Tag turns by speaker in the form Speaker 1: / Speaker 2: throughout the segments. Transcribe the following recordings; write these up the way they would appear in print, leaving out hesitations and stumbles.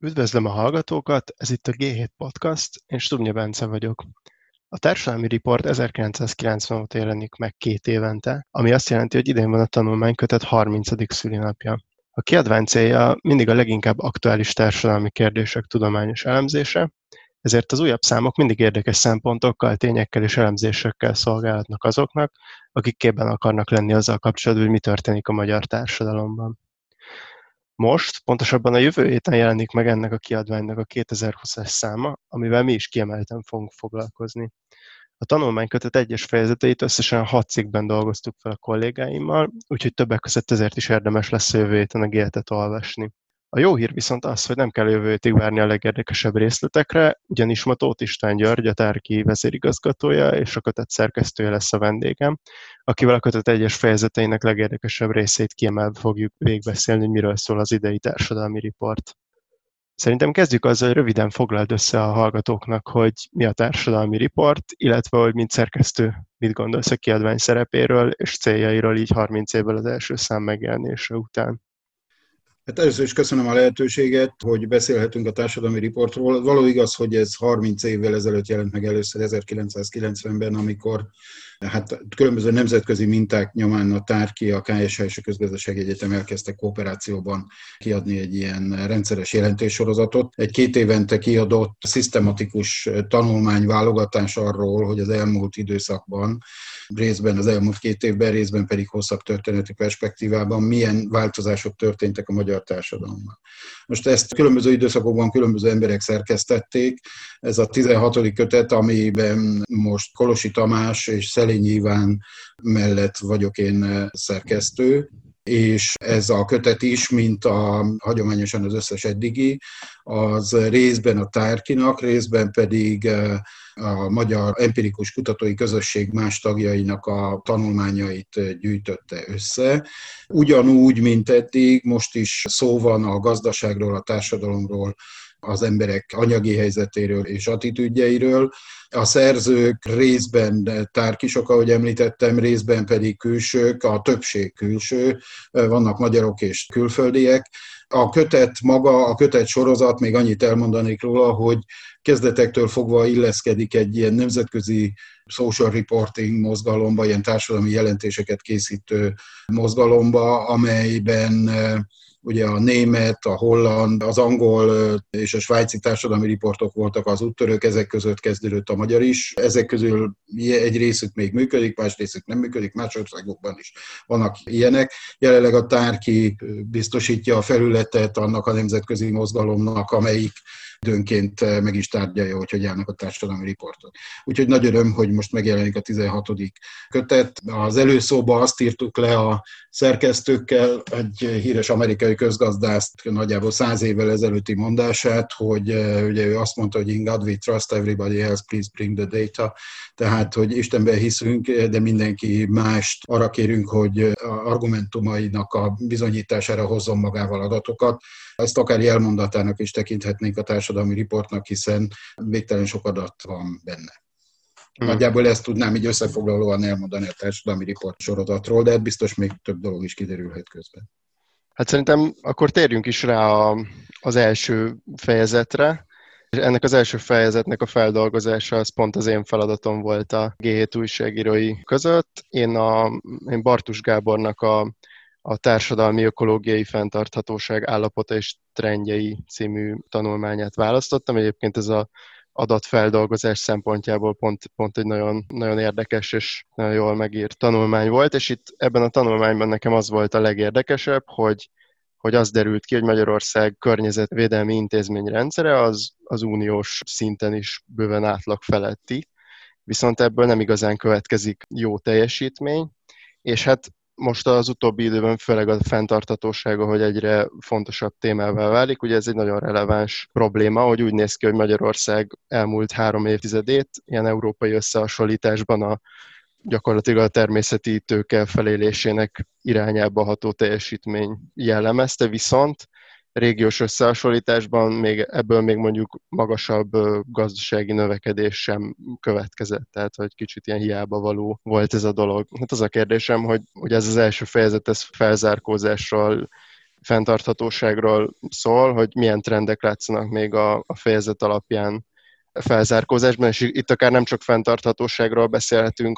Speaker 1: Üdvözlöm a hallgatókat, ez itt a G7 Podcast, én Stubnya Bence vagyok. A Társadalmi Riport 1990 óta jelenik meg 2 évente, ami azt jelenti, hogy idén van a tanulmánykötet 30. szülinapja. A kiadvány célja mindig a leginkább aktuális társadalmi kérdések tudományos elemzése, ezért az újabb számok mindig érdekes szempontokkal, tényekkel és elemzésekkel szolgálhatnak azoknak, akik képben akarnak lenni azzal kapcsolatban, hogy mi történik a magyar társadalomban. Most, pontosabban a jövő héten jelenik meg ennek a kiadványnak a 2020-as száma, amivel mi is kiemelten fogunk foglalkozni. A tanulmánykötet egyes fejezeteit összesen 6 cikkben dolgoztuk fel a kollégáimmal, úgyhogy többek között ezért is érdemes lesz a jövő héten a G7-et olvasni. A jó hír viszont az, hogy nem kell jövő hétig várni a legérdekesebb részletekre, ugyanis ma Tóth István György, a Tárki vezérigazgatója és a kötet szerkesztője lesz a vendégem, akivel a kötet egyes fejezeteinek legérdekesebb részét kiemelve fogjuk végigbeszélni, hogy miről szól az idei társadalmi riport. Szerintem kezdjük azzal, hogy röviden foglald össze a hallgatóknak, hogy mi a társadalmi riport, illetve hogy mint szerkesztő mit gondolsz a kiadvány szerepéről és céljairól így 30 évvel az első szám megjelenése után.
Speaker 2: Hát először is köszönöm a lehetőséget, hogy beszélhetünk a társadalmi riportról. Való igaz, hogy ez 30 évvel ezelőtt jelent meg először 1990-ben, amikor különböző nemzetközi minták nyomán a Tárki, a KSH és a Közgazdasági Egyetem elkezdtek kooperációban kiadni egy ilyen rendszeres jelentéssorozatot. Egy 2 évente kiadott szisztematikus tanulmányválogatás arról, hogy az elmúlt időszakban, részben az elmúlt 2 évben, részben pedig hosszabb történeti perspektívában milyen változások történtek a magyar társadalomban. Most ezt különböző időszakokban különböző emberek szerkesztették. Ez a 16. kötet, amiben most Kolosi Tamás és Szelényi Iván mellett vagyok én szerkesztő, és ez a kötet is, mint hagyományosan az összes eddigi, az részben a Tárkinak, részben pedig a Magyar Empirikus Kutatói Közösség más tagjainak a tanulmányait gyűjtötte össze. Ugyanúgy, mint eddig, most is szó van a gazdaságról, a társadalomról, az emberek anyagi helyzetéről és attitűdjeiről. A szerzők részben tárkisok, ahogy említettem, részben pedig külsők, a többség külső, vannak magyarok és külföldiek. A kötet maga, a kötet sorozat, még annyit elmondanék róla, hogy kezdetektől fogva illeszkedik egy ilyen nemzetközi social reporting mozgalomba, ilyen társadalmi jelentéseket készítő mozgalomba, amelyben ugye a német, a holland, az angol és a svájci társadalmi riportok voltak az úttörők, ezek között kezdődött a magyar is. Ezek közül egy részük még működik, más részük nem működik, más országokban is vannak ilyenek. Jelenleg a Tárki biztosítja a felületet annak a nemzetközi mozgalomnak, amelyik időnként meg is tárgyalja, hogy állnak a társadalmi riportok. Úgyhogy nagy öröm, hogy most megjelenik a 16. kötet. Az előszóban azt írtuk le a szerkesztőkkel, egy híres amerikai közgazdászt nagyjából 100 évvel ezelőtti mondását, hogy ugye ő azt mondta, hogy in God we trust, everybody else please bring the data. Tehát, hogy Istenben hiszünk, de mindenki mást arra kérünk, hogy argumentumainak a bizonyítására hozzon magával adatokat. Ezt akár jelmondatának is tekinthetnénk a társadalmi riportnak, hiszen végtelen sok adat van benne. Nagyjából ezt tudnám így összefoglalóan elmondani a társadalmi riport sorozatról, de biztos még több dolog is kiderülhet közben.
Speaker 1: Hát szerintem akkor térjünk is rá az első fejezetre. Ennek az első fejezetnek a feldolgozása az pont az én feladatom volt a G7 újságírói között. Én Bartus Gábornak a Társadalmi Ökológiai Fenntarthatóság állapota és trendjei című tanulmányát választottam. Egyébként ez az adatfeldolgozás szempontjából pont egy nagyon, nagyon érdekes és nagyon jól megírt tanulmány volt, és itt ebben a tanulmányban nekem az volt a legérdekesebb, hogy az derült ki, hogy Magyarország környezetvédelmi intézményrendszere az uniós szinten is bőven átlag feletti, viszont ebből nem igazán következik jó teljesítmény, és hát most az utóbbi időben főleg a fenntarthatósága, hogy egyre fontosabb témává válik. Ugye ez egy nagyon releváns probléma, hogy úgy néz ki, hogy Magyarország elmúlt 3 évtizedét ilyen európai összehasonlításban gyakorlatilag a természeti tőke felélésének irányába ható teljesítmény jellemezte, viszont régiós összehasonlításban ebből még mondjuk magasabb gazdasági növekedés sem következett, tehát hogy kicsit ilyen hiába való volt ez a dolog. Hát az a kérdésem, hogy ez az első fejezet, ez felzárkózásról fenntarthatóságról szól, hogy milyen trendek látszanak még a fejezet alapján felzárkózásban, és itt akár nem csak fenntarthatóságról beszélhetünk,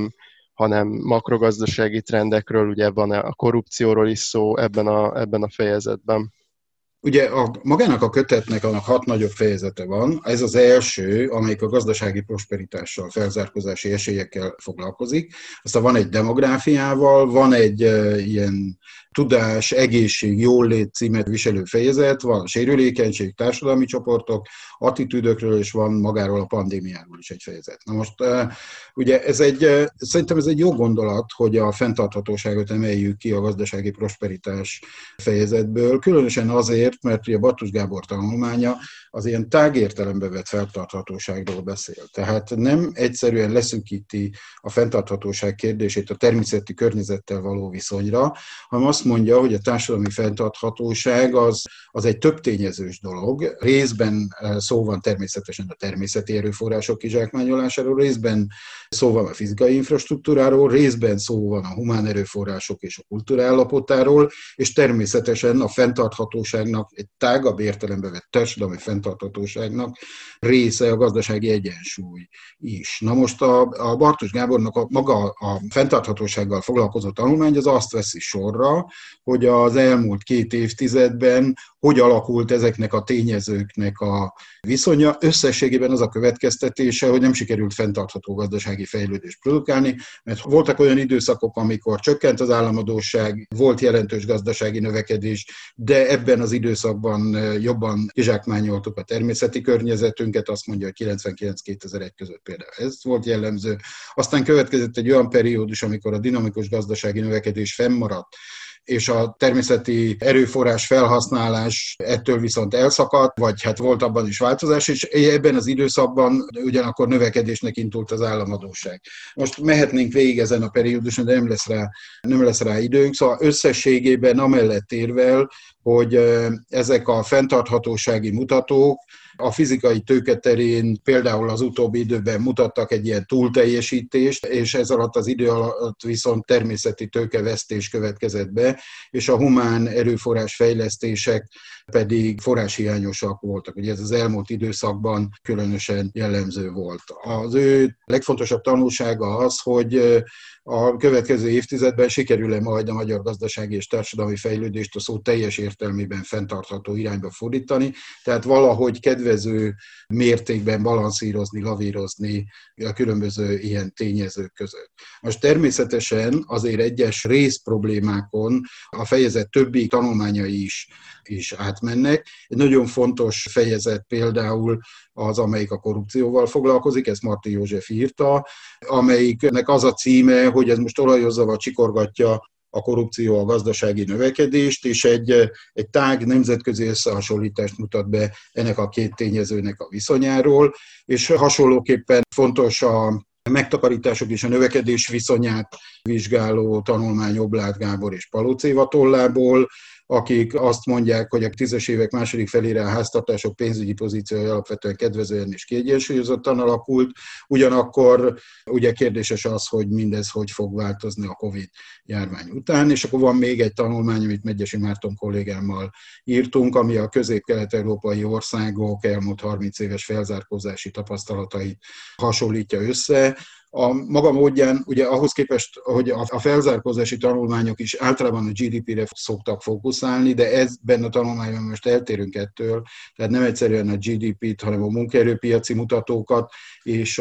Speaker 1: hanem makrogazdasági trendekről, ugye van a korrupcióról is szó ebben a fejezetben.
Speaker 2: Ugye magának a kötetnek annak 6 nagyobb fejezete van. Ez az első, amelyik a gazdasági prosperitással, felzárkózási esélyekkel foglalkozik. Aztán van egy demográfiával, van egy ilyen tudás, egészség, jólét címet viselő fejezet, van sérülékenység, társadalmi csoportok, attitűdökről, és van magáról a pandémiáról is egy fejezet. Na most ugye szerintem ez egy jó gondolat, hogy a fenntarthatóságot emeljük ki a gazdasági prosperitás fejezetből, különösen azért, mert ugye Bartus Gábor tanulmánya az ilyen tágértelembe vett fenntarthatóságról beszél. Tehát nem egyszerűen leszűkíti a fenntarthatóság kérdését a természeti környezettel való viszonyra, hanem azt mondja, hogy a társadalmi fenntarthatóság az egy több tényezős dolog. Részben szó van természetesen a természeti erőforrások kizsákmányolásáról, részben szó van a fizikai infrastruktúráról, részben szó van a humán erőforrások és a kultúra állapotáról, és természetesen a fenntarthatóságnak, egy tágabb értelembe vett társadalmi fenntarthatóságnak része a gazdasági egyensúly is. Na most a Bartus Gábornak maga a fenntarthatósággal foglalkozó tanulmány az azt veszi sorra, hogy az elmúlt 2 évtizedben hogy alakult ezeknek a tényezőknek a viszonya. Összességében az a következtetése, hogy nem sikerült fenntartható gazdasági fejlődést produkálni, mert voltak olyan időszakok, amikor csökkent az államadósság, volt jelentős gazdasági növekedés, de ebben az időszakban jobban kizsákmányoltuk a természeti környezetünket, azt mondja, hogy 99-2001 között például ez volt jellemző. Aztán következett egy olyan periódus, amikor a dinamikus gazdasági növekedés fennmaradt, és a természeti erőforrás felhasználás ettől viszont elszakadt, vagy hát volt abban is változás, és ebben az időszakban ugyanakkor növekedésnek indult az államadósság. Most mehetnénk végig ezen a perióduson, de nem lesz rá időnk, szóval összességében amellett érvel, hogy ezek a fenntarthatósági mutatók a fizikai tőke terén például az utóbbi időben mutattak egy ilyen túlteljesítést, és ez alatt az idő alatt viszont természeti tőkevesztés következett be, és a humán erőforrás fejlesztések pedig forráshiányosak voltak. Ugye ez az elmúlt időszakban különösen jellemző volt. Az ő legfontosabb tanulsága az, hogy a következő évtizedben sikerül-e majd a magyar gazdasági és társadalmi fejlődést a szó teljes értelmében fenntartható irányba fordítani, tehát valahogy kedvező mértékben balanszírozni, lavírozni a különböző ilyen tényezők között. Most természetesen azért egyes részproblémákon a fejezet többi tanulmányai is átmennek. Egy nagyon fontos fejezet például az, amelyik a korrupcióval foglalkozik, ezt Marti József írta, amelyiknek az a címe, hogy ez most olajozza vagy csikorgatja a korrupció a gazdasági növekedést, és egy tág nemzetközi összehasonlítást mutat be ennek a két tényezőnek a viszonyáról, és hasonlóképpen fontos a megtakarítások és a növekedés viszonyát vizsgáló tanulmány Oblát Gábor és Palóc Éva tollából, akik azt mondják, hogy a 10-es évek második felére a háztartások pénzügyi pozíciója alapvetően kedvezően és kiegyensúlyozottan alakult, ugyanakkor ugye kérdéses az, hogy mindez hogy fog változni a Covid járvány után, és akkor van még egy tanulmány, amit Medgyessy Márton kollégámmal írtunk, ami a közép-kelet-európai országok elmúlt 30 éves felzárkózási tapasztalatait hasonlítja össze. A maga módján, ugye ahhoz képest, hogy a felzárkózási tanulmányok is általában a GDP-re szoktak fókuszálni, de ebben a tanulmányban most eltérünk ettől, tehát nem egyszerűen a GDP-t, hanem a munkaerőpiaci mutatókat és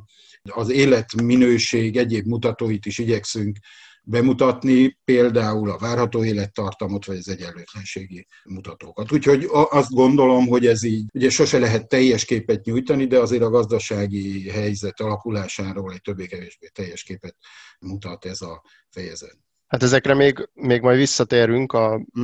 Speaker 2: az életminőség egyéb mutatóit is igyekszünk bemutatni, például a várható élettartamot, vagy az egyenlőtlenségi mutatókat. Úgyhogy azt gondolom, hogy ez így, ugye sose lehet teljes képet nyújtani, de azért a gazdasági helyzet alakulásáról egy többé-kevésbé teljes képet mutat ez a fejezet.
Speaker 1: Hát ezekre még majd visszatérünk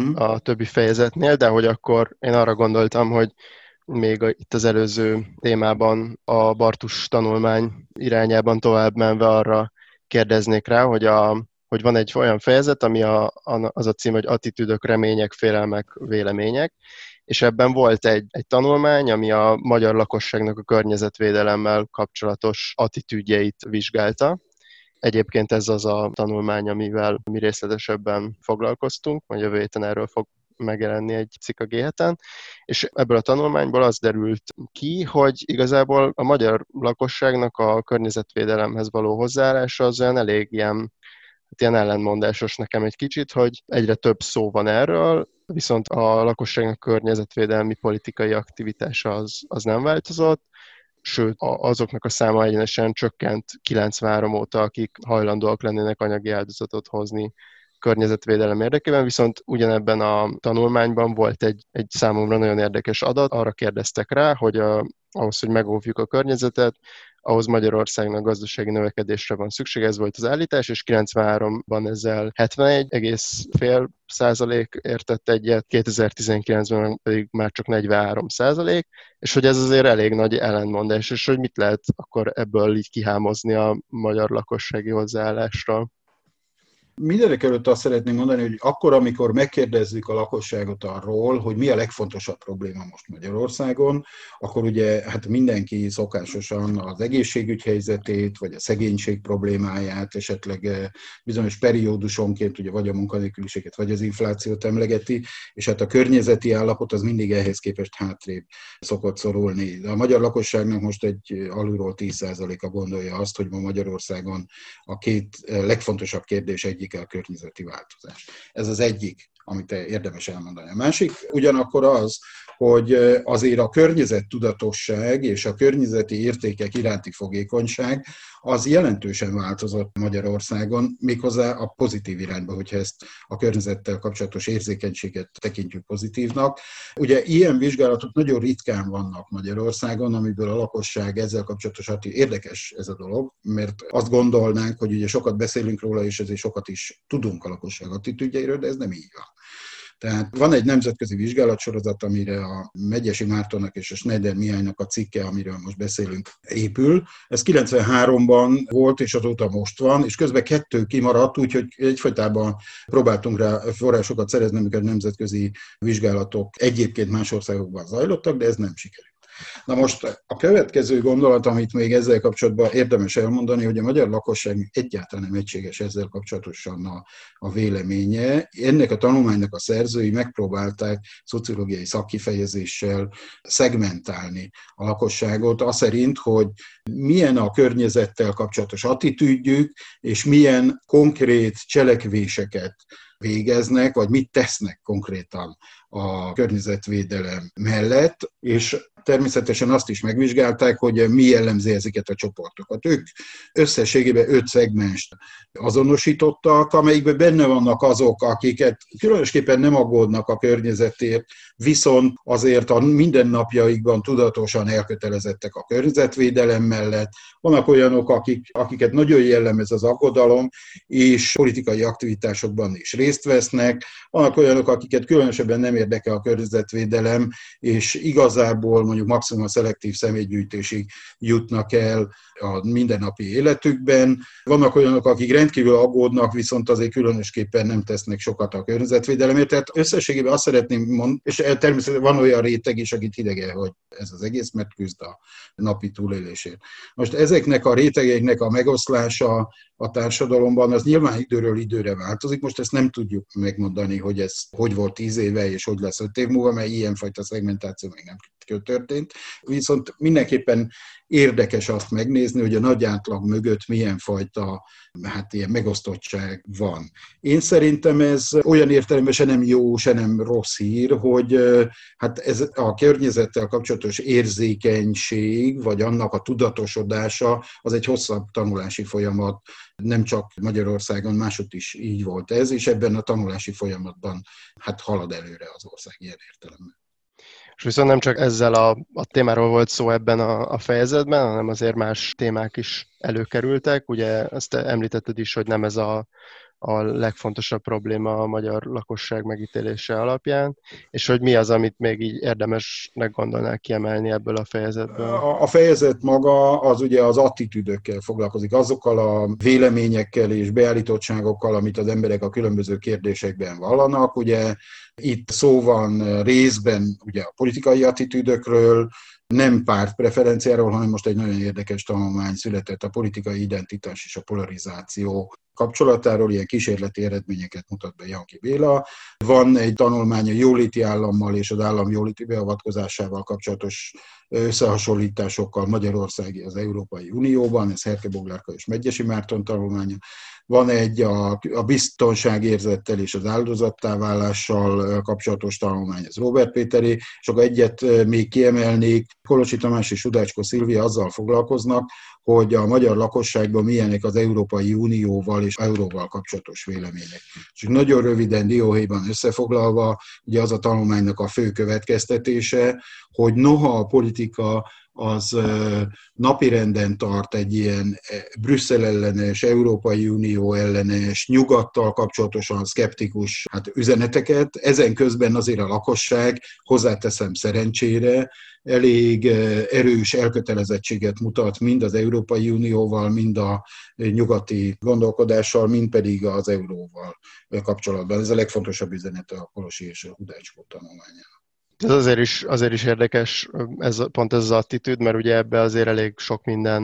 Speaker 1: a többi fejezetnél, de hogy akkor én arra gondoltam, hogy még itt az előző témában a Bartus tanulmány irányában tovább menve arra kérdeznék rá, hogy van egy olyan fejezet, ami az a cím, hogy attitűdök, remények, félelmek, vélemények, és ebben volt egy tanulmány, ami a magyar lakosságnak a környezetvédelemmel kapcsolatos attitűdjeit vizsgálta. Egyébként ez az a tanulmány, amivel mi részletesebben foglalkoztunk, majd jövő héten erről fog megjelenni egy cikk a G7-en, és ebből a tanulmányból az derült ki, hogy igazából a magyar lakosságnak a környezetvédelemhez való hozzáállása az olyan elég ilyen ellentmondásos nekem egy kicsit, hogy egyre több szó van erről, viszont a lakosságnak környezetvédelmi politikai aktivitása az nem változott, sőt azoknak a száma egyenesen csökkent 93 óta, akik hajlandóak lennének anyagi áldozatot hozni környezetvédelem érdekében, viszont ugyanebben a tanulmányban volt egy számomra nagyon érdekes adat, arra kérdeztek rá, hogy ahhoz, hogy megóvjuk a környezetet, ahhoz Magyarországnak gazdasági növekedésre van szükség, ez volt az állítás, és 93-ban ezzel 71,5% értett egyet, 2019-ben pedig már csak 43%, és hogy ez azért elég nagy ellentmondás, és hogy mit lehet akkor ebből így kihámozni a magyar lakossági hozzáállásra.
Speaker 2: Mindenek előtt azt szeretném mondani, hogy akkor, amikor megkérdezzük a lakosságot arról, hogy mi a legfontosabb probléma most Magyarországon, akkor ugye hát mindenki szokásosan az egészségügy helyzetét, vagy a szegénység problémáját, esetleg bizonyos periódusonként ugye vagy a munkanélküliséget, vagy az inflációt emlegeti, és hát a környezeti állapot az mindig ehhez képest hátrébb szokott szorulni. A magyar lakosságnak most egy alulról 10%-a gondolja azt, hogy ma Magyarországon a két legfontosabb kérdés egyik a környezeti változás. Ez az egyik, amit érdemes elmondani. A másik ugyanakkor az, hogy azért a környezettudatosság és a környezeti értékek iránti fogékonyság az jelentősen változott Magyarországon, méghozzá a pozitív irányba, hogyha ezt a környezettel kapcsolatos érzékenységet tekintjük pozitívnak. Ugye ilyen vizsgálatok nagyon ritkán vannak Magyarországon, amiből a lakosság ezzel kapcsolatos, érdekes ez a dolog, mert azt gondolnánk, hogy ugye sokat beszélünk róla, és ezért sokat is tudunk a lakosság attitűdjeiről, de ez nem így van. Tehát van egy nemzetközi vizsgálatsorozat, amire a Megyesi Mártonnak és a Schneider Mihálynak a cikke, amiről most beszélünk, épül. Ez 93-ban volt, és azóta most van, és közben 2 kimaradt, úgyhogy egyfajtában próbáltunk rá forrásokat szerezni, amikor nemzetközi vizsgálatok egyébként más országokban zajlottak, de ez nem sikerült. Na most a következő gondolat, amit még ezzel kapcsolatban érdemes elmondani, hogy a magyar lakosság egyáltalán nem egységes ezzel kapcsolatosan a véleménye. Ennek a tanulmánynak a szerzői megpróbálták szociológiai szakkifejezéssel szegmentálni a lakosságot, az szerint, hogy milyen a környezettel kapcsolatos attitűdjük, és milyen konkrét cselekvéseket végeznek, vagy mit tesznek konkrétan a környezetvédelem mellett, és természetesen azt is megvizsgálták, hogy mi jellemzi ezeket a csoportokat. Ők összességében 5 szegmenst azonosítottak, amelyikben benne vannak azok, akiket különösképpen nem aggódnak a környezetért, viszont azért a mindennapjaikban tudatosan elkötelezettek a környezetvédelem mellett. Vannak olyanok, akiket nagyon jellemez az aggodalom, és politikai aktivitásokban is részt vesznek. Vannak olyanok, akiket különösebben nem érdekel a környezetvédelem, és igazából mondjuk maximum a szelektív személygyűjtésig jutnak el a mindennapi életükben. Vannak olyanok, akik rendkívül aggódnak, viszont azért különösképpen nem tesznek sokat a környezetvédelemért. Tehát összességében azt szeretném mondani, és természetesen van olyan réteg is, akit hideg hogy ez az egész, mert küzd a napi túlélésért. Most ezeknek a rétegeknek a megoszlása a társadalomban, az nyilván időről időre változik. Most ezt nem tudjuk megmondani, hogy ez hogy volt 10 éve, és hogy lesz 5 év múlva, mert ilyenfajta szegmentáció még nem történt. Viszont mindenképpen érdekes azt megnézni, hogy a nagy átlag mögött milyen fajta ilyen megosztottság van. Én szerintem ez olyan értelemben se nem jó, se nem rossz hír, hogy ez a környezettel kapcsolatos érzékenység, vagy annak a tudatosodása, az egy hosszabb tanulási folyamat, nem csak Magyarországon, másutt is így volt ez, és ebben a tanulási folyamatban halad előre az ország ilyen értelemben.
Speaker 1: És viszont nem csak ezzel a témáról volt szó ebben a fejezetben, hanem azért más témák is előkerültek. Ugye ezt említetted is, hogy nem ez a legfontosabb probléma a magyar lakosság megítélése alapján, és hogy mi az, amit még így érdemesnek gondolnál kiemelni ebből a fejezetből?
Speaker 2: A fejezet maga az ugye az attitűdökkel foglalkozik, azokkal a véleményekkel és beállítottságokkal, amit az emberek a különböző kérdésekben vallanak. Ugye itt szó van részben ugye a politikai attitűdökről, nem pártpreferenciáról, hanem most egy nagyon érdekes tanulmány született a politikai identitás és a polarizáció kapcsolatáról, ilyen kísérleti eredményeket mutat be Janki Béla. Van egy tanulmány a jóléti állammal és az állam jóléti beavatkozásával kapcsolatos összehasonlításokkal Magyarországi az Európai Unióban, ez Herke Boglárka és Medgyessy Márton tanulmánya. Van egy a biztonságérzettel és az áldozattá válással kapcsolatos tanulmány, ez Róbert Péteré, és akkor egyet még kiemelnék, Kolosi Tamás és Sudácskó Szilvia azzal foglalkoznak, hogy a magyar lakosságban milyenek az Európai Unióval és euróval kapcsolatos vélemények. És nagyon röviden, dióhéjban összefoglalva, ugye az a tanulmánynak a fő következtetése, hogy noha a politika az napirenden tart egy ilyen Brüsszel ellenes, Európai Unió ellenes, nyugattal kapcsolatosan szkeptikus üzeneteket. Ezen közben azért a lakosság, hozzáteszem szerencsére, elég erős elkötelezettséget mutat mind az Európai Unióval, mind a nyugati gondolkodással, mind pedig az euróval kapcsolatban. Ez a legfontosabb üzenete a Kolosi és a Hudácskó tanulmányának.
Speaker 1: Ez azért is érdekes, pont ez az attitűd, mert ugye ebből azért elég sok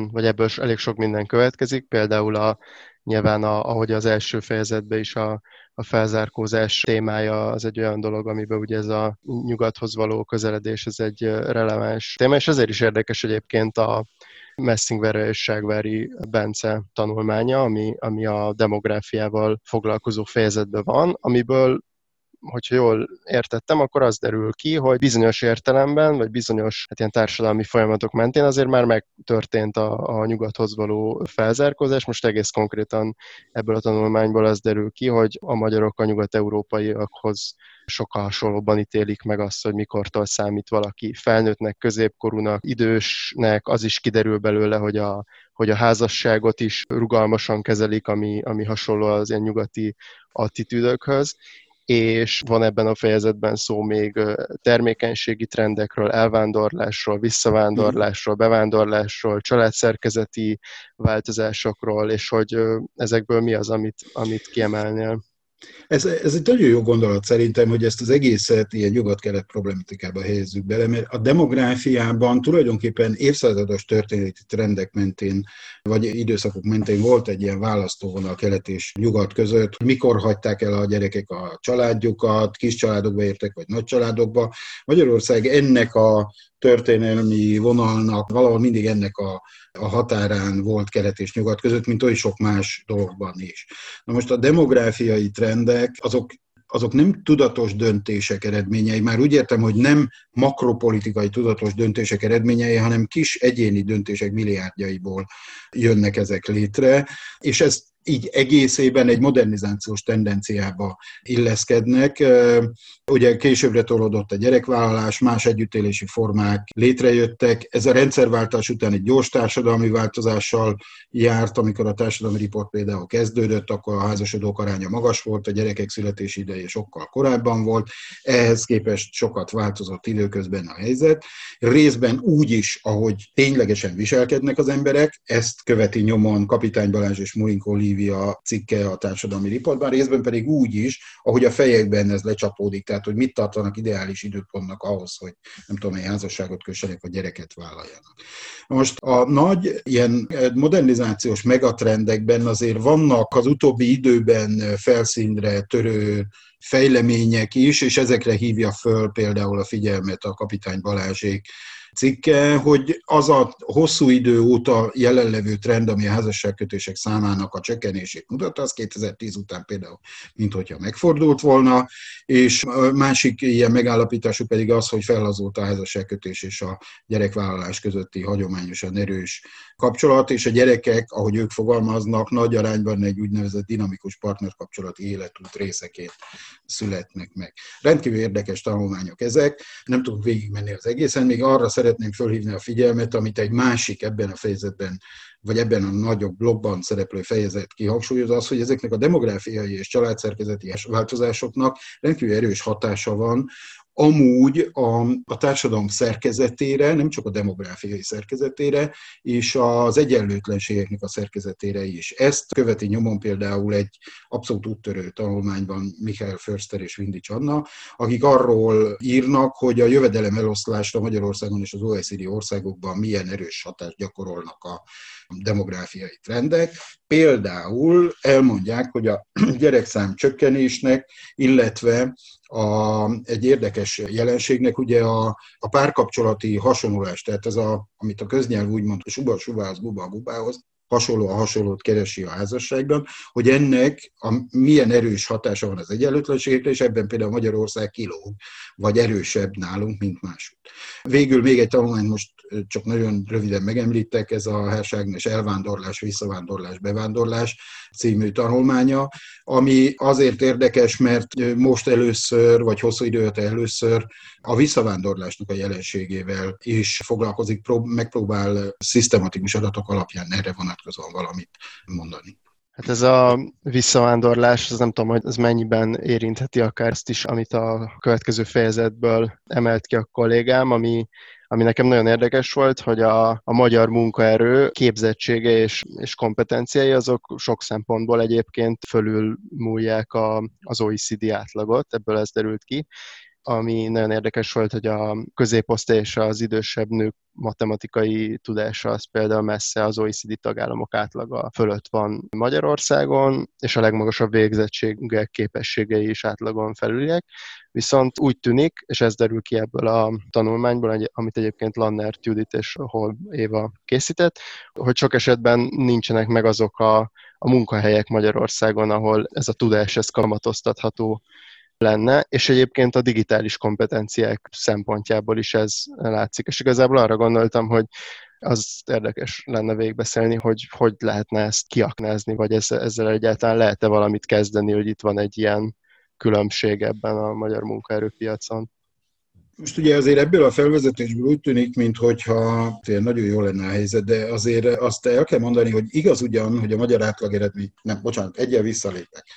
Speaker 1: minden következik, például nyilván ahogy az első fejezetben is a felzárkózás témája az egy olyan dolog, amiben ugye ez a nyugathoz való közeledés, ez egy releváns téma, és ezért is érdekes egyébként a Messingverre és Ságvári Bence tanulmánya, ami a demográfiával foglalkozó fejezetben van, amiből, hogyha jól értettem, akkor az derül ki, hogy bizonyos értelemben, vagy bizonyos ilyen társadalmi folyamatok mentén azért már megtörtént a nyugathoz való felzárkózás. Most egész konkrétan ebből a tanulmányból az derül ki, hogy a magyarok a nyugat-európaiakhoz sokkal hasonlóban ítélik meg azt, hogy mikortól számít valaki felnőttnek, középkorúnak, idősnek. Az is kiderül belőle, hogy a házasságot is rugalmasan kezelik, ami hasonló az ilyen nyugati attitűdökhöz. És van ebben a fejezetben szó még termékenységi trendekről, elvándorlásról, visszavándorlásról, bevándorlásról, családszerkezeti változásokról, és hogy ezekből mi az, amit kiemelnél.
Speaker 2: Ez egy nagyon jó gondolat szerintem, hogy ezt az egészet ilyen nyugat-kelet problematikába helyezzük bele, mert a demográfiában tulajdonképpen évszázados történeti trendek mentén, vagy időszakok mentén volt egy ilyen választóvonal kelet és nyugat között, mikor hagyták el a gyerekek a családjukat, kis családokba értek, vagy nagy családokba. Magyarország ennek a történelmi vonalnak valahol mindig ennek a határán volt kelet és nyugat között, mint oly sok más dologban is. Na most a demográfiai trendek, azok nem tudatos döntések eredményei, már úgy értem, hogy nem makropolitikai tudatos döntések eredményei, hanem kis egyéni döntések milliárdjaiból jönnek ezek létre, és ez így egészében egy modernizációs tendenciába illeszkednek. Ugye későbbre tolódott a gyerekvállalás, más együttélési formák létrejöttek. Ez a rendszerváltás után egy gyors társadalmi változással járt, amikor a társadalmi riport például kezdődött, akkor a házasodók aránya magas volt, a gyerekek születési ideje sokkal korábban volt, ehhez képest sokat változott időközben a helyzet. Részben úgy is, ahogy ténylegesen viselkednek az emberek, ezt követi nyomon Kapitány Balázs és Mulinkó Lívia cikke a társadalmi riportban, részben pedig úgy is, ahogy a fejekben ez lecsapódik, tehát hogy mit tartanak ideális időpontnak ahhoz, hogy nem tudom, egy házasságot kössenek, vagy gyereket vállaljanak. Most a nagy ilyen modernizációs megatrendekben azért vannak az utóbbi időben felszínre törő fejlemények is, és ezekre hívja föl például a figyelmet a Kapitány Balázsék cikke, hogy az a hosszú idő óta jelenlevő trend, ami a házasságkötések számának a csökkenését mutatta, az 2010 után például, minthogyha megfordult volna, és a másik ilyen megállapításuk pedig az, hogy fellazult a házasságkötés és a gyerekvállalás közötti hagyományosan erős kapcsolat, és a gyerekek, ahogy ők fogalmaznak, nagy arányban egy úgynevezett dinamikus partnerkapcsolati életút részeként születnek meg. Rendkívül érdekes tanulmányok ezek, nem tudunk végigmenni az egészen, még arra szeretném fölhívni a figyelmet, amit egy másik ebben a fejezetben, vagy ebben a nagyobb blogban szereplő fejezet kihangsúlyoz, az, hogy ezeknek a demográfiai és családszerkezeti változásoknak rendkívül erős hatása van amúgy a társadalom szerkezetére, nem csak a demográfiai szerkezetére, és az egyenlőtlenségeknek a szerkezetére is. Ezt követi nyomon például egy abszolút úttörő tanulmányban Michael Förster és Vindics Anna, akik arról írnak, hogy a jövedelem eloszlásra Magyarországon és az OECD országokban milyen erős hatást gyakorolnak a demográfiai trendek. Például elmondják, hogy a gyerekszám csökkenésnek, illetve egy érdekes jelenségnek ugye a párkapcsolati hasonlulás, tehát ez amit a köznyelv úgy mond, suba subához, buba bubához, hasonló a hasonlót keresi a házasságban, hogy ennek milyen erős hatása van az egyenlőtlenségekre, és ebben például Magyarország kilóg, vagy erősebb nálunk, mint máshogy. Végül még egy tanulmányt most csak nagyon röviden megemlítek, ez a Hersch Ágnes elvándorlás, visszavándorlás, bevándorlás című tanulmánya, ami azért érdekes, mert most először, vagy hosszú idő óta először a visszavándorlásnak a jelenségével is foglalkozik, megpróbál szisztematikus adatok alapján erre vonatkozóan valamit mondani.
Speaker 1: Hát ez a visszavándorlás, az nem tudom, hogy ez mennyiben érintheti akár ezt is, amit a következő fejezetből emelt ki a kollégám, ami nekem nagyon érdekes volt, hogy a magyar munkaerő képzettsége és kompetenciái azok sok szempontból egyébként fölülmúlják az OECD átlagot, ebből ez derült ki. Ami nagyon érdekes volt, hogy a középosztály és az idősebb nők matematikai tudása az például messze az OECD tagállamok átlaga fölött van Magyarországon, és a legmagasabb végzettségek, képességei is átlagon felüliek. Viszont úgy tűnik, és ez derül ki ebből a tanulmányból, amit egyébként Lannert Judit és Hol Éva készített, hogy sok esetben nincsenek meg azok a munkahelyek Magyarországon, ahol ez a tudás ez kamatoztatható lenne, és egyébként a digitális kompetenciák szempontjából is ez látszik. És igazából arra gondoltam, hogy az érdekes lenne végigbeszélni, hogy lehetne ezt kiaknázni, vagy ezzel egyáltalán lehet-e valamit kezdeni, hogy itt van egy ilyen különbség ebben a magyar munkaerőpiacon.
Speaker 2: Most ugye azért ebből a felvezetésből úgy tűnik, minthogyha nagyon jó lenne a helyzet, de azért azt el kell mondani, hogy igaz ugyan, hogy a magyar átlageredmény, egyen visszalépek.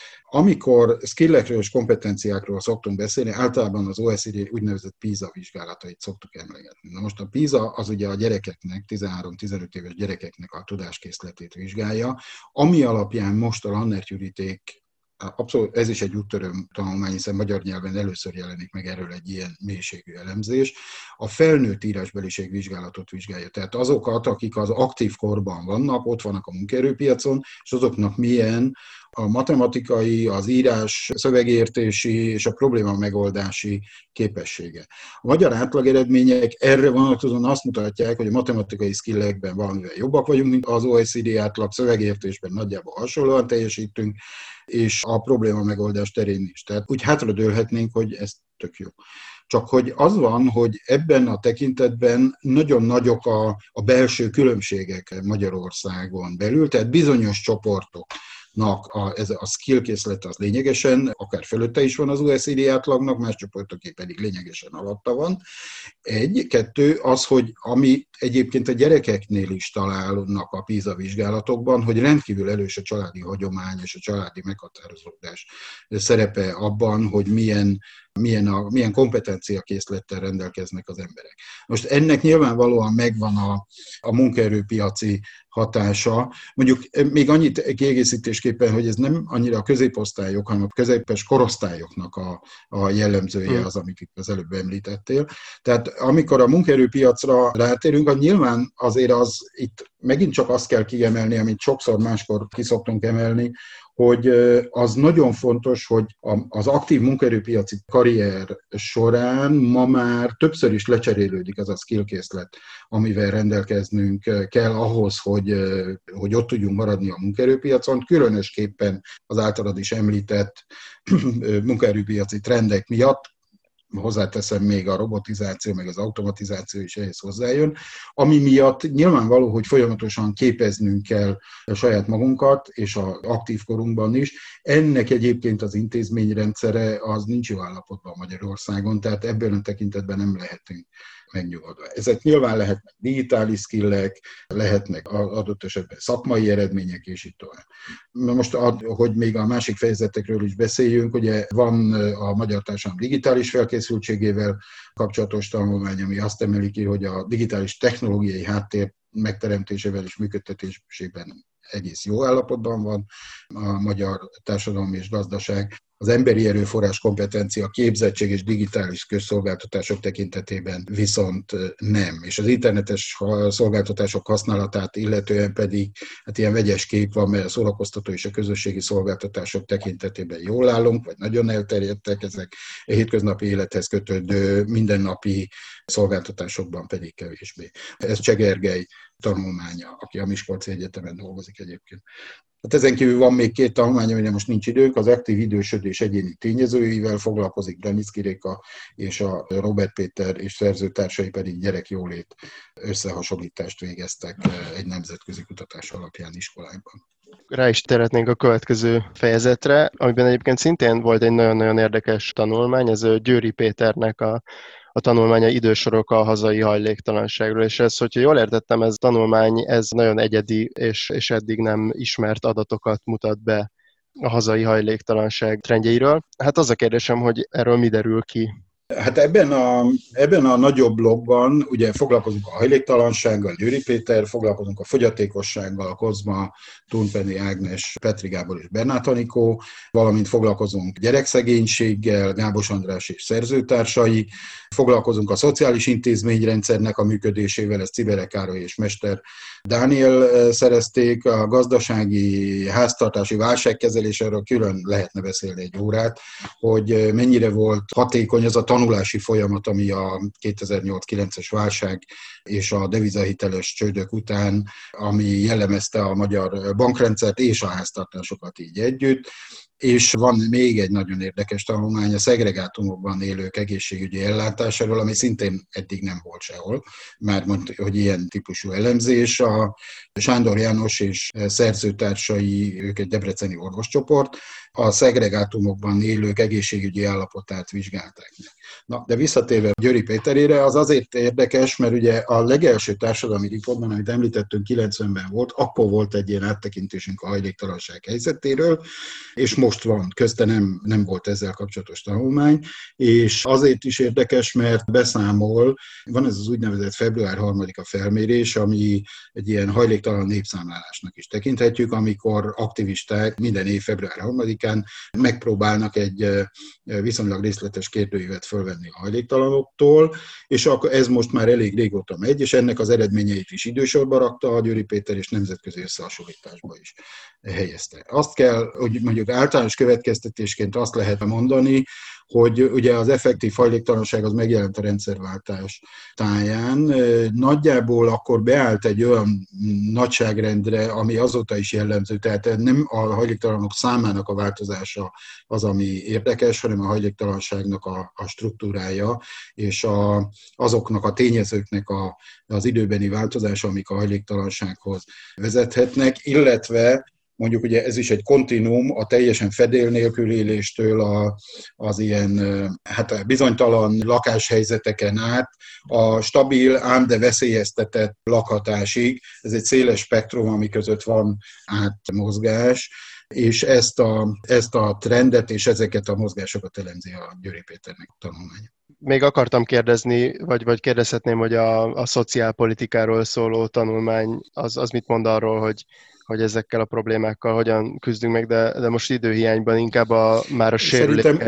Speaker 2: Amikor skillekről és kompetenciákról szoktunk beszélni, általában az OECD úgynevezett PISA vizsgálatait szoktuk emlegetni. Na most a PISA az ugye a gyerekeknek, 13-15 éves gyerekeknek a tudáskészletét vizsgálja, ami alapján most a Lannert Juditék, abszolút ez is egy úttörő tanulmány, hiszen magyar nyelven először jelenik meg erről egy ilyen mélységű elemzés, a felnőtt írásbeliség vizsgálatot vizsgálja. Tehát azokat, akik az aktív korban vannak, ott vannak a munkaerőpiacon, és azoknak milyen a matematikai, az írás, szövegértési és a probléma megoldási képessége. A magyar átlageredmények erre vonatkozóan azt mutatják, hogy a matematikai skillekben valamivel jobbak vagyunk, mint az OECD átlag, szövegértésben nagyjából hasonlóan teljesítünk, és a probléma megoldás terén is. Tehát úgy hátradőlhetnénk, hogy ez tök jó. Csak hogy az van, hogy ebben a tekintetben nagyon nagyok a belső különbségek Magyarországon belül, tehát bizonyos csoportok, ez a skill készlet az lényegesen, akár fölötte is van az OECD átlagnak, más csoportoké pedig lényegesen alatta van. Kettő az, hogy ami egyébként a gyerekeknél is találnak a PISA vizsgálatokban, hogy rendkívül erős a családi hagyomány és a családi meghatározódás szerepe abban, hogy milyen kompetenciakészlettel rendelkeznek az emberek. Most ennek nyilvánvalóan megvan a munkaerőpiaci hatása. Mondjuk még annyit kiegészítésképpen, hogy ez nem annyira a középosztályok, hanem a középes korosztályoknak a jellemzője az, amit itt az előbb említettél. Tehát amikor a munkaerőpiacra rátérünk, nyilván azért itt megint csak azt kell kiemelni, amit sokszor máskor kiszoktunk emelni, hogy az nagyon fontos, hogy az aktív munkaerőpiaci karrier során ma már többször is lecserélődik az a skillkészlet, amivel rendelkeznünk kell ahhoz, hogy ott tudjunk maradni a munkaerőpiacon, különösképpen az általad is említett munkaerőpiaci trendek miatt. Hozzáteszem, még a robotizáció, meg az automatizáció is ehhez hozzájön, ami miatt nyilvánvaló, hogy folyamatosan képeznünk kell a saját magunkat, és az aktív korunkban is. Ennek egyébként az intézményrendszere az nincs jó állapotban Magyarországon, tehát ebből a tekintetben nem lehetünk megnyugodva. Ezek nyilván lehetnek digitális skillek, lehetnek adott esetben szakmai eredmények, és így tovább. Most, hogy még a másik fejezetekről is beszéljünk, ugye van a magyar társadalom digitális felkészültségi felkészültségével kapcsolatos tanulmány, ami azt emeli ki, hogy a digitális technológiai háttér megteremtésével és működtetésében egész jó állapotban van a magyar társadalom és gazdaság. Az emberi erőforrás kompetencia, képzettség és digitális közszolgáltatások tekintetében viszont nem. És az internetes szolgáltatások használatát illetően pedig hát ilyen vegyes kép van, mert a szórakoztató és a közösségi szolgáltatások tekintetében jól állunk, vagy nagyon elterjedtek, ezek a hétköznapi élethez kötődő mindennapi szolgáltatásokban pedig kevésbé. Ez Cseh Gergely tanulmánya, aki a Miskolci Egyetemen dolgozik egyébként. Hát ezen kívül van még 2 tanulmány, amire most nincs időnk, az aktív idősödés egyéni tényezőivel foglalkozik Branicki Réka, és a Robert Péter és szerzőtársai pedig gyerekjólét összehasonlítást végeztek egy nemzetközi kutatás alapján iskolákban.
Speaker 1: Rá is térhetnénk a következő fejezetre, amiben egyébként szintén volt egy nagyon-nagyon érdekes tanulmány, ez a Győri Péternek a tanulmánya Idősorok a hazai hajléktalanságról, és ez, hogyha jól értettem, ez a tanulmány, ez nagyon egyedi, és eddig nem ismert adatokat mutat be a hazai hajléktalanság trendjeiről. Hát az a kérdésem, hogy erről mi derül ki?
Speaker 2: Hát ebben a nagyobb blogban ugye foglalkozunk a hajléktalansággal, Győri Péter, foglalkozunk a fogyatékossággal, a Kozma, Thunpenny Ágnes, Petri Gábor és Bernát Anikó, valamint foglalkozunk gyerekszegénységgel, Gábos András és szerzőtársai, foglalkozunk a szociális intézményrendszernek a működésével, ezt Cibere Károly és Mester Dániel szerezték, a gazdasági, háztartási válságkezelés, erről külön lehetne beszélni egy órát, hogy mennyire volt hatékony az a tanulási folyamat, ami a 2008-9-es válság és a devizahiteles csődök után, ami jellemezte a magyar bankrendszert és a háztartásokat így együtt. És van még egy nagyon érdekes tanulmány a szegregátumokban élők egészségügyi ellátásáról, ami szintén eddig nem volt sehol, már mondta, hogy ilyen típusú elemzés. A Sándor János és szerzőtársai, ők egy debreceni orvoscsoport, a szegregátumokban élők egészségügyi állapotát vizsgálták meg. Na, de visszatérve Győri Péterére, az azért érdekes, mert ugye a legelső társadalmi riportban, amit említettünk, 90-ben volt, akkor volt egy ilyen áttekintésünk a hajléktalanság helyzetéről, és most van, közte nem volt ezzel kapcsolatos tanulmány, és azért is érdekes, mert beszámol, van ez az úgynevezett február 3-a felmérés, ami egy ilyen hajléktalan népszámlálásnak is tekinthetjük, amikor aktivisták minden év február 3-án megpróbálnak egy viszonylag részletes kérdőívet fölvenni a hajléktalanoktól, és akkor ez most már elég régóta megy, és ennek az eredményeit is idősorba rakta a Győri Péter, és nemzetközi összehasonlításba is helyezte. Azt kell, hogy mondjuk általános következtetésként azt lehet mondani, hogy ugye az effektív hajléktalanság az megjelent a rendszerváltás táján. Nagyjából akkor beállt egy olyan nagyságrendre, ami azóta is jellemző, tehát nem a hajléktalanok számának a változása az, ami érdekes, hanem a hajléktalanságnak a struktúrája, és azoknak a tényezőknek az időbeni változása, amik a hajléktalansághoz vezethetnek, illetve mondjuk ugye ez is egy kontinuum a teljesen fedél nélkül éléstől az ilyen bizonytalan lakáshelyzeteken át a stabil, ám de veszélyeztetett lakhatásig. Ez egy széles spektrum, ami között van átmozgás, és ezt a trendet és ezeket a mozgásokat elemzi a Győri Péternek a tanulmánya.
Speaker 1: Még akartam kérdezni, vagy kérdezhetném, hogy a szociálpolitikáról szóló tanulmány az mit mond arról, hogy ezekkel a problémákkal hogyan küzdünk meg, de most időhiányban inkább már a sérülékeny...
Speaker 2: Szerintem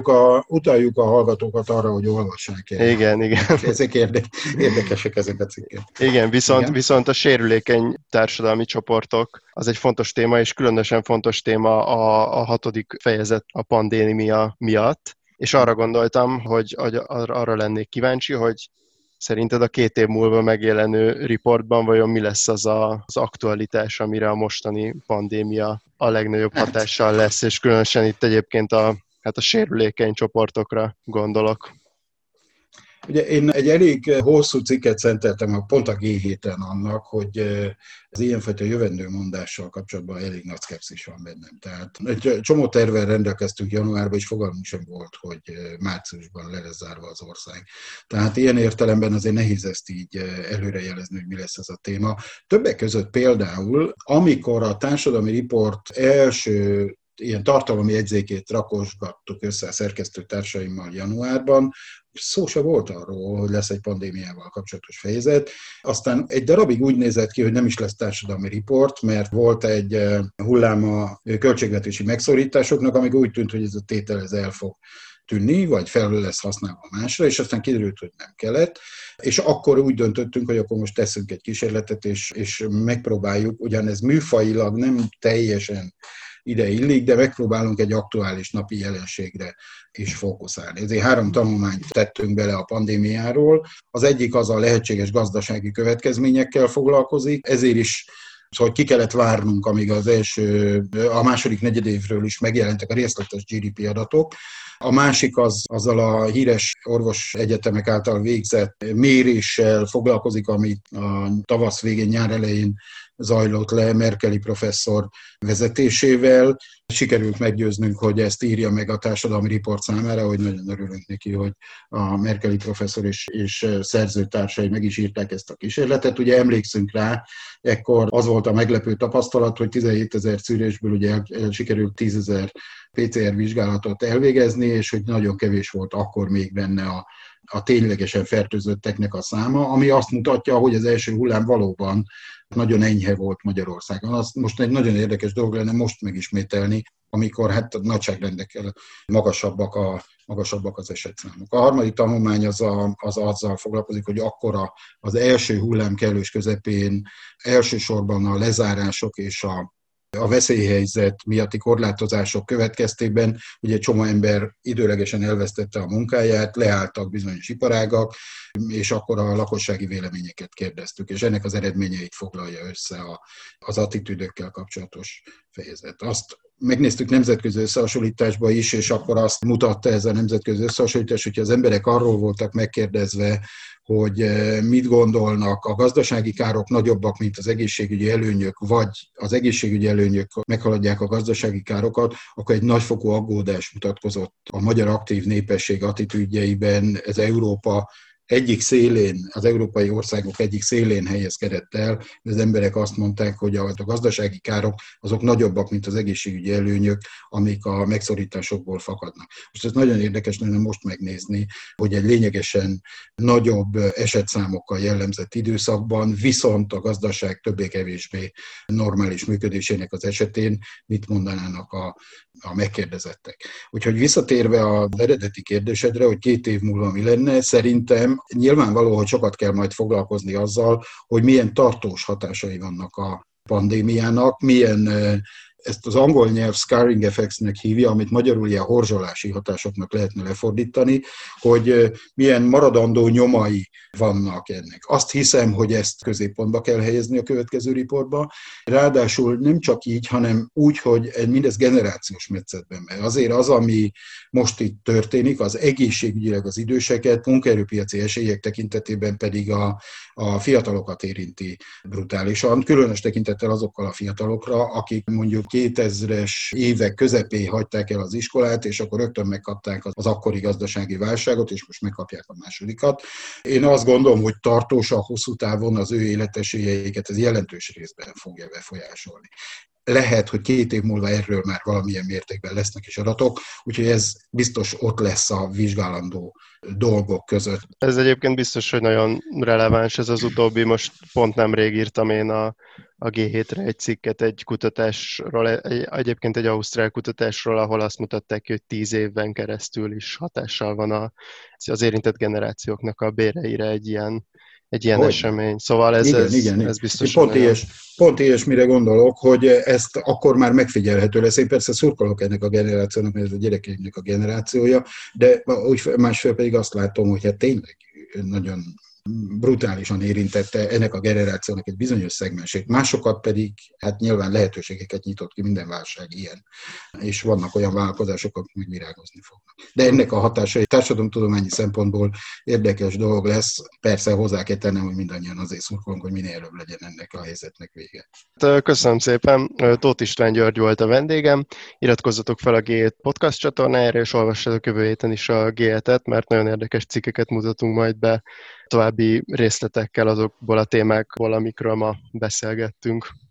Speaker 2: utaljuk a hallgatókat arra, hogy olvassák el.
Speaker 1: Igen.
Speaker 2: Ezek érdekesek ezek a cikkek.
Speaker 1: Igen, viszont a sérülékeny társadalmi csoportok az egy fontos téma, és különösen fontos téma a 6. fejezet a pandémia miatt. És arra gondoltam, hogy arra lennék kíváncsi, hogy szerinted a 2 év múlva megjelenő riportban vajon mi lesz az aktualitás, amire a mostani pandémia a legnagyobb hatással lesz, és különösen itt egyébként a sérülékeny csoportokra gondolok.
Speaker 2: Ugye én egy elég hosszú cikket szenteltem pont a G7-en annak, hogy az ilyenfajta jövendőmondással kapcsolatban elég nagy szkepszis van bennem. Tehát egy csomó tervvel rendelkeztünk januárban, és fogalmunk sem volt, hogy márciusban le lesz zárva az ország. Tehát ilyen értelemben azért nehéz ezt így előrejelezni, hogy mi lesz ez a téma. Többek között például, amikor a társadalmi riport első ilyen tartalmi jegyzékét rakosgattuk össze a szerkesztőtársaimmal januárban, szó se volt arról, hogy lesz egy pandémiával kapcsolatos fejezet. Aztán egy darabig úgy nézett ki, hogy nem is lesz társadalmi riport, mert volt egy hullám a költségvetési megszorításoknak, amíg úgy tűnt, hogy ez a tétel el fog tűnni, vagy felül lesz használva másra, és aztán kiderült, hogy nem kellett. És akkor úgy döntöttünk, hogy akkor most teszünk egy kísérletet, és megpróbáljuk, ugyanez műfajilag nem teljesen ide illik, de megpróbálunk egy aktuális napi jelenségre is fókuszálni. Ezért 3 tanulmányt tettünk bele a pandémiáról. Az egyik az a lehetséges gazdasági következményekkel foglalkozik, ezért is hogy ki kellett várnunk, amíg a második negyedévről is megjelentek a részletes GDP adatok. A másik azzal a híres orvosegyetemek által végzett méréssel foglalkozik, amit a tavasz végén, nyár elején zajlott le Merkeli professzor vezetésével. Sikerült meggyőznünk, hogy ezt írja meg a társadalmi riport számára, hogy nagyon örülünk neki, hogy a Merkeli professzor és szerzőtársai meg is írták ezt a kísérletet. Ugye emlékszünk rá, ekkor az volt a meglepő tapasztalat, hogy 17 000 szűrésből ugye sikerült 10 000 PCR vizsgálatot elvégezni, és hogy nagyon kevés volt akkor még benne a ténylegesen fertőzötteknek a száma, ami azt mutatja, hogy az első hullám valóban nagyon enyhe volt Magyarországon. Az most egy nagyon érdekes dolog lenne most megismételni, amikor hát nagyságrendekkel magasabbak az esetszámok. A harmadik tanulmány az azzal foglalkozik, hogy akkor az első hullám kellős közepén elsősorban a lezárások és a veszélyhelyzet miatti korlátozások következtében ugye csomó ember időlegesen elvesztette a munkáját, leálltak bizonyos iparágak, és akkor a lakossági véleményeket kérdeztük, és ennek az eredményeit foglalja össze az attitűdökkel kapcsolatos fejezet. Azt megnéztük nemzetközi összehasonlításba is, és akkor azt mutatta ez a nemzetközi összehasonlítás, hogyha az emberek arról voltak megkérdezve, hogy mit gondolnak, a gazdasági károk nagyobbak, mint az egészségügyi előnyök, vagy az egészségügyi előnyök meghaladják a gazdasági károkat, akkor egy nagyfokú aggódás mutatkozott a magyar aktív népesség attitűdjeiben. Ez Európa egyik szélén, az európai országok egyik szélén helyezkedett el, az emberek azt mondták, hogy a gazdasági károk azok nagyobbak, mint az egészségügyi előnyök, amik a megszorításokból fakadnak. Most ez nagyon érdekes lenne most megnézni, hogy egy lényegesen nagyobb esetszámokkal jellemzett időszakban, viszont a gazdaság többé-kevésbé normális működésének az esetén mit mondanának a megkérdezettek. Úgyhogy visszatérve az eredeti kérdésedre, hogy 2 év múlva mi lenne, szerintem nyilvánvaló, hogy sokat kell majd foglalkozni azzal, hogy milyen tartós hatásai vannak a pandémiának, milyen, ezt az angol nyelv scarring effectsnek hívja, amit magyarul ilyen horzsolási hatásoknak lehetne lefordítani, hogy milyen maradandó nyomai vannak ennek. Azt hiszem, hogy ezt középpontba kell helyezni a következő riportba. Ráadásul nem csak így, hanem úgy, hogy mindez generációs metszetben megy. Azért az, ami most itt történik, az egészségügyileg az időseket, munkaerőpiaci esélyek tekintetében pedig a fiatalokat érinti brutálisan, különös tekintettel azokkal a fiatalokra, akik mondjuk 2000-es évek közepén hagyták el az iskolát, és akkor rögtön megkapták az akkori gazdasági válságot, és most megkapják a másodikat. Én azt gondolom, hogy tartósan, hosszú távon az ő életesélyeiket ez jelentős részben fogja befolyásolni. Lehet, hogy 2 év múlva erről már valamilyen mértékben lesznek is adatok, úgyhogy ez biztos ott lesz a vizsgálandó dolgok között.
Speaker 1: Ez egyébként biztos, hogy nagyon releváns ez az utóbbi. Most pont nemrég írtam én a G7-re egy cikket egy kutatásról, egyébként egy ausztrál kutatásról, ahol azt mutatták, hogy 10 évben keresztül is hatással van az érintett generációknak a béreire egy ilyen esemény. Szóval ez biztos.
Speaker 2: Pont ilyesmire gondolok, hogy ezt akkor már megfigyelhető lesz. Én persze szurkolok ennek a generációnak, mert ez a gyerekeimnek a generációja, de másfél pedig azt látom, hogy hát tényleg nagyon brutálisan érintette ennek a generációnak egy bizonyos szegmensét. Másokat pedig hát nyilván lehetőségeket nyitott ki, minden válság ilyen. És vannak olyan vállalkozások, akik még virágozni fognak. De ennek a hatása egy társadalomtudományi szempontból érdekes dolog lesz. Persze hozzá kell tennem, hogy mindannyian azért szurkolunk, hogy minél előbb legyen ennek a helyzetnek vége.
Speaker 1: Köszönöm szépen. Tóth István György volt a vendégem. Iratkozzatok fel a G7 podcast csatornájára, és olvassatok jövő héten is a G7-et, mert nagyon érdekes cikkeket mutatunk majd be további részletekkel azokból a témákból, amikről ma beszélgettünk.